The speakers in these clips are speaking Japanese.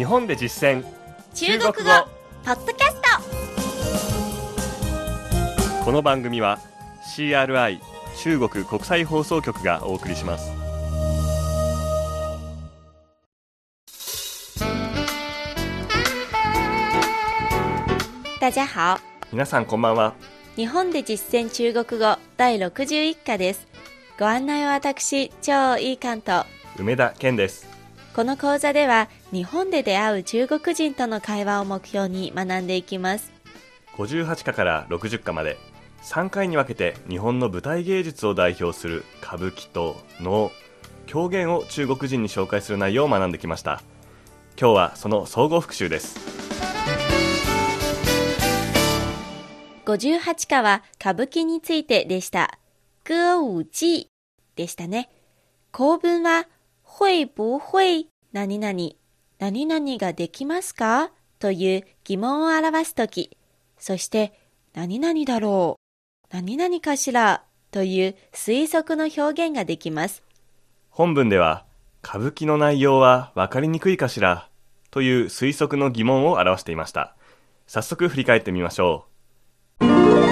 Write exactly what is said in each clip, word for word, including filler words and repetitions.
日本で実践中国語ポッドキャスト。 この番組は シーアールアイ 中国国際放送局がお送りします。 大家好。 皆さんこんばんは。 日本で実践中国語第ろくじゅういっ課です。ご案内は私、張一貫と梅田健です。 この講座では日本で出会う中国人との会話を目標に学んでいきます。 ごじゅうはち課からろくじゅっ課までさんかいに分けて日本の舞台芸術を代表する歌舞伎と能、狂言を中国人に紹介する内容を学んできました。今日はその総合復習です。 ごじゅうはち課は歌舞伎についてでした。歌舞伎でしたね。構文は会不会何々何々ができますかという疑問を表すとき、そして何々だろう何々かしらという推測の表現ができます。 本文では歌舞伎の内容は分かりにくいかしらという推測の疑問を表していました。早速振り返ってみましょう。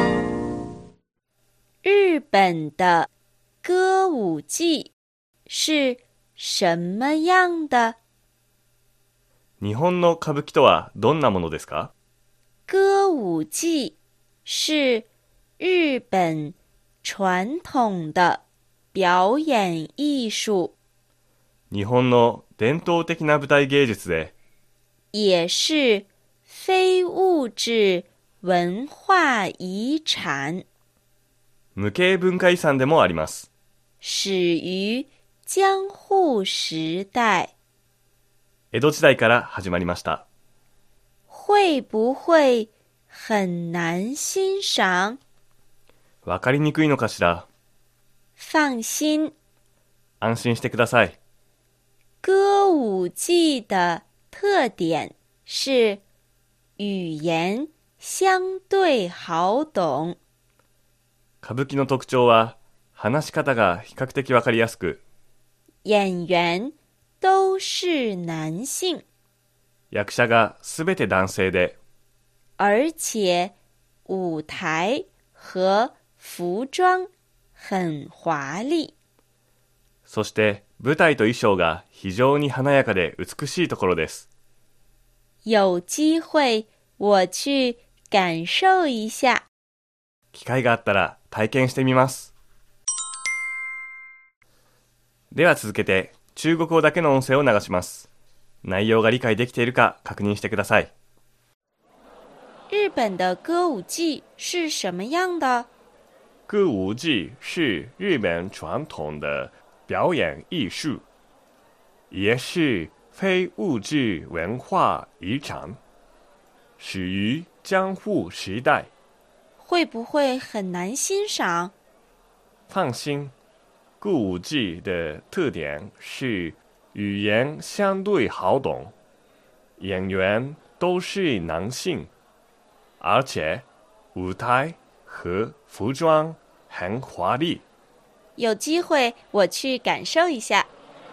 日本的歌舞伎是什麼樣的？ 日本の歌舞伎とはどんなものですか？ 歌舞伎是日本傳統的表演藝術。 日本の伝統的な舞台芸術で、 也是非物質文化遺產。 無形文化遺産でもあります。 始於江戶時代。 江戸時代から始まりました。 會不會很難欣賞？ わかりにくいのかしら？ 放心。 安心してください。 歌舞伎的特點是語言相對好懂。 歌舞伎の特徴は話し方が比較的わかりやすく、 演員都是男性。 役者がすべて男性で、 而且舞台和服裝很華麗。 そして舞台と衣装が非常に華やかで美しいところです。 有機會我去感受一下。 機会があったら体験してみます。では続けて中国語だけの音声を流します。内容が理解できているか確認してください。 日本的歌舞伎是什麼樣的？ 歌舞伎是日本傳統的表演藝術，也是非物質文化遺產，始於江戶時代。 會不會很難欣賞？ 放心，歌舞伎的特點是語言相對好懂，演員都是男性，而且舞台和服裝很華麗。 有機會我去感受一下。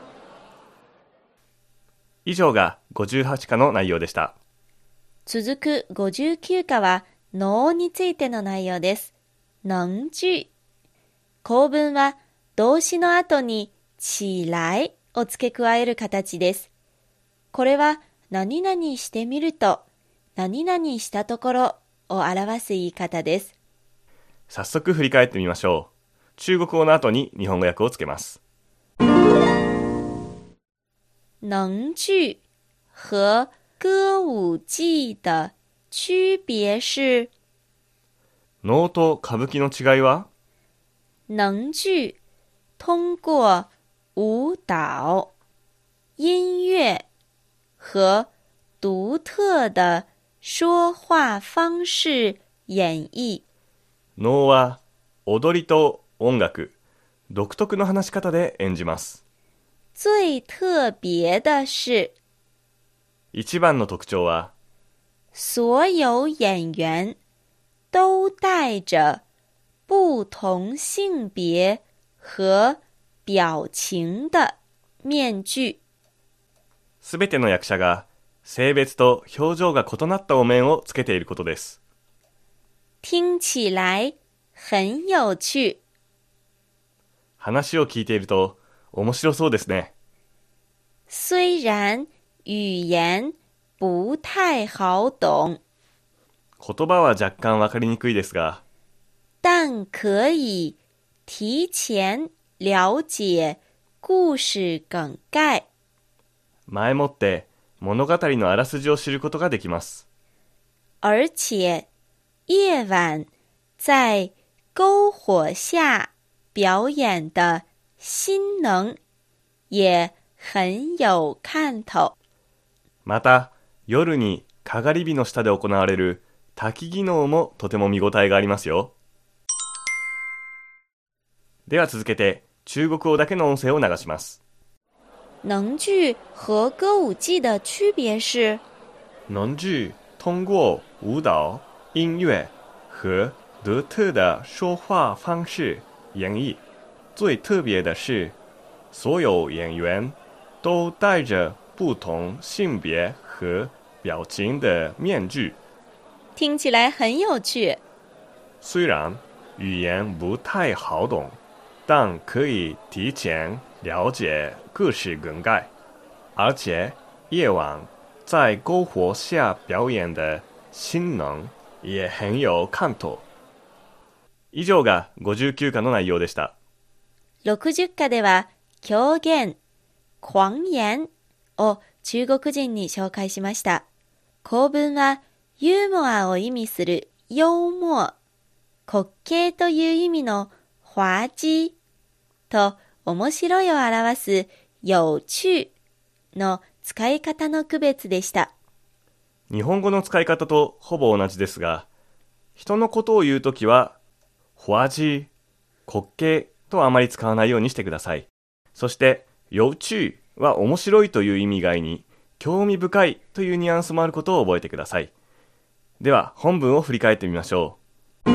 以上がごじゅうはち課の内容でした。 続くごじゅうきゅう課は能についての内容です。能句。構文は動詞の後に起来を付け加える形です。これは何々してみると、何々したところを表す言い方です。 早速振り返ってみましょう。中国語の後に日本語訳をつけます。 能句和歌舞伎的區別是？ 能と歌舞伎の違いは？ 能句通過舞蹈、音樂和獨特的說話方式演繹。 能は踊りと音楽、独特の話し方で演じます。 最特別的是、 一番の特徴は、 所有演員都戴着不同性別和表情的面具。 すべての役者が性別と表情が異なったお面をつけていることです。 听起来很有趣。 話を聞いていると面白そうですね。 虽然语言不太好懂， 言葉は若干わかりにくいですが、 但可以提前了解故事梗概。 前もって物語のあらすじを知ることができます。 而且夜晚在篝火下表演的新能也很有看頭。 また、夜にかがり火の下で行われる焚き技能もとても見応えがありますよ。では続けて中国語だけの音声を流します。 能剧和歌舞伎的区别是， 能剧通过舞蹈、音乐和独特的说话方式演绎。最特别的是，所有演员都戴着不同性别和表情的面具。 听起来很有趣。 虽然语言不太好懂，但可以提前了解故事梗概，而且夜晚在篝火下表演的新能也很有看頭。以上がごじゅうきゅう課の内容でした。 ろくじゅっ課では狂言、狂言を中国人に紹介しました。構文はユーモアを意味する幽默、滑稽という意味の滑稽と面白いを表す有趣の使い方の区別でした。 日本語の使い方とほぼ同じですが、人のことを言うときは、滑稽、滑稽とあまり使わないようにしてください。そして、有趣は面白いという意味以外に、興味深いというニュアンスもあることを覚えてください。では、本文を振り返ってみましょう。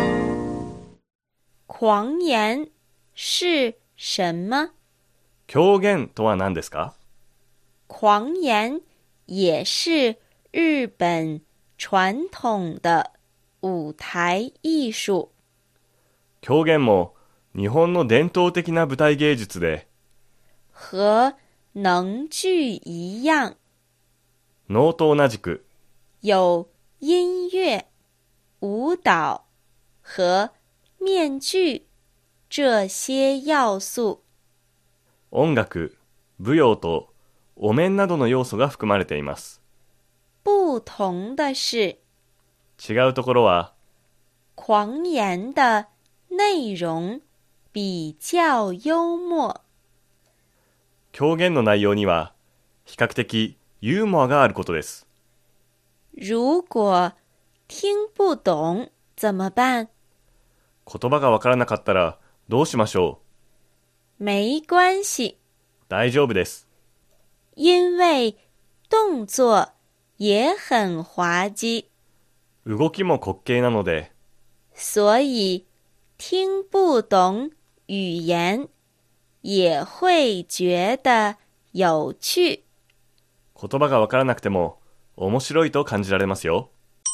狂言是什么？ 狂言とは何ですか？ 狂言也是日本传統的舞台藝術。 狂言も日本の伝統的な舞台芸術で、 和能劇一樣、 能と同じく、 有音樂、舞蹈和面具這些要素。 音楽、舞踊とお面などの要素が含まれています。 不同的是、 違うところは、 狂言的內容比較幽默。 狂言の内容には比較的ユーモアがあることです。 如果聽不懂怎麼辦？ 言葉がわからなかったらどうしましょう？沒關係。 大丈夫です。 因為動作也很滑稽。 動きも滑稽なので、 所以聽不懂語言也會覺得有趣。 言葉がわからなくても面白いと感じられますよ。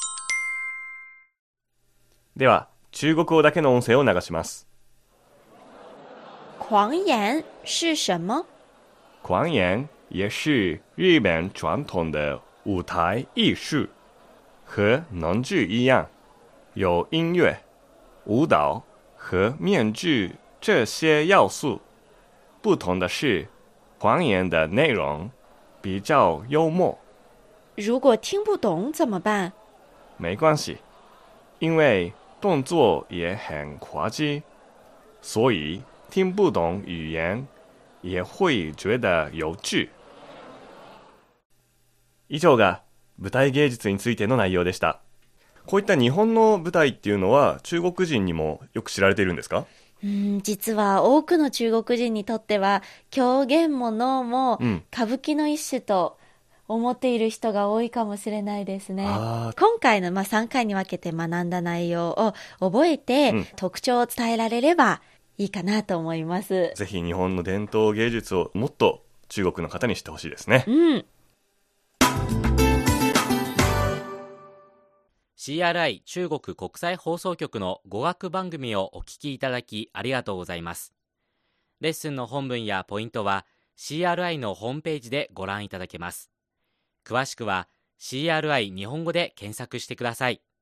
では、中国語だけの音声を流します。 狂言是什麼？ 狂言也是日本傳統的舞台藝術，和能劇一樣，有音樂、舞蹈和面具這些要素。不同的是，狂言的內容比較幽默。 如果聽不懂怎麼辦？ 沒關係，因為動作也很滑稽，所以聽不懂語言也會覺得有趣。以上が舞台芸術についての内容でした。こういった日本の舞台っていうのは中国人にもよく知られているんですか？ うん、実は多くの中国人にとっては狂言も能も歌舞伎の一種と思っている人が多いかもしれないですね。今回のまあさんかいに分けて学んだ内容を覚えて、うん、特徴を伝えられればいいかなと思います。 ぜひ日本の伝統芸術をもっと中国の方に知ってほしいですね。 うんシーアールアイ 中国国際放送局の語学番組をお聞きいただきありがとうございます。レッスンの本文やポイントは シーアールアイ のホームページでご覧いただけます。詳しくは シーアールアイ 日本語で検索してください。